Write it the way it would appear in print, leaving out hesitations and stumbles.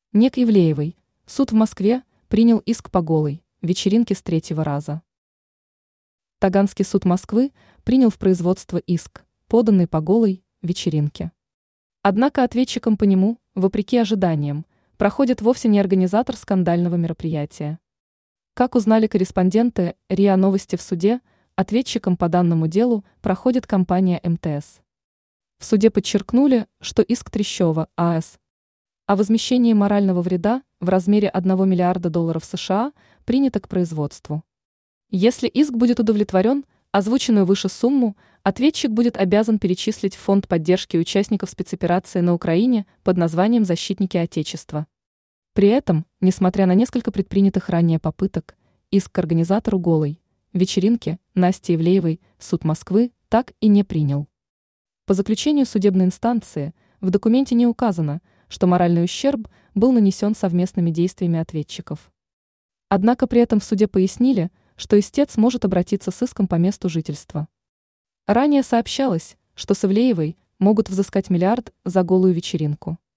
Не к Ивлеевой. Суд в Москве принял иск по голой вечеринке с третьего раза. Таганский суд Москвы принял в производство иск, поданный по голой вечеринке. Однако ответчиком по нему, вопреки ожиданиям, проходит вовсе не организатор скандального мероприятия. Как узнали корреспонденты РИА Новости в суде, ответчиком по данному делу проходит компания МТС. В суде подчеркнули, что иск Трещева А.С. о возмещении морального вреда в размере $1 миллиарда США принято к производству. Если иск будет удовлетворен, озвученную выше сумму ответчик будет обязан перечислить в Фонд поддержки участников спецоперации на Украине под названием «Защитники Отечества». При этом, несмотря на несколько предпринятых ранее попыток, иск к организатору голой вечеринки Насти Ивлеевой суд Москвы так и не принял. По заключению судебной инстанции в документе не указано, что моральный ущерб был нанесен совместными действиями ответчиков. Однако при этом в суде пояснили, что истец может обратиться с иском по месту жительства. Ранее сообщалось, что с Ивлеевой могут взыскать $1 миллиард за голую вечеринку.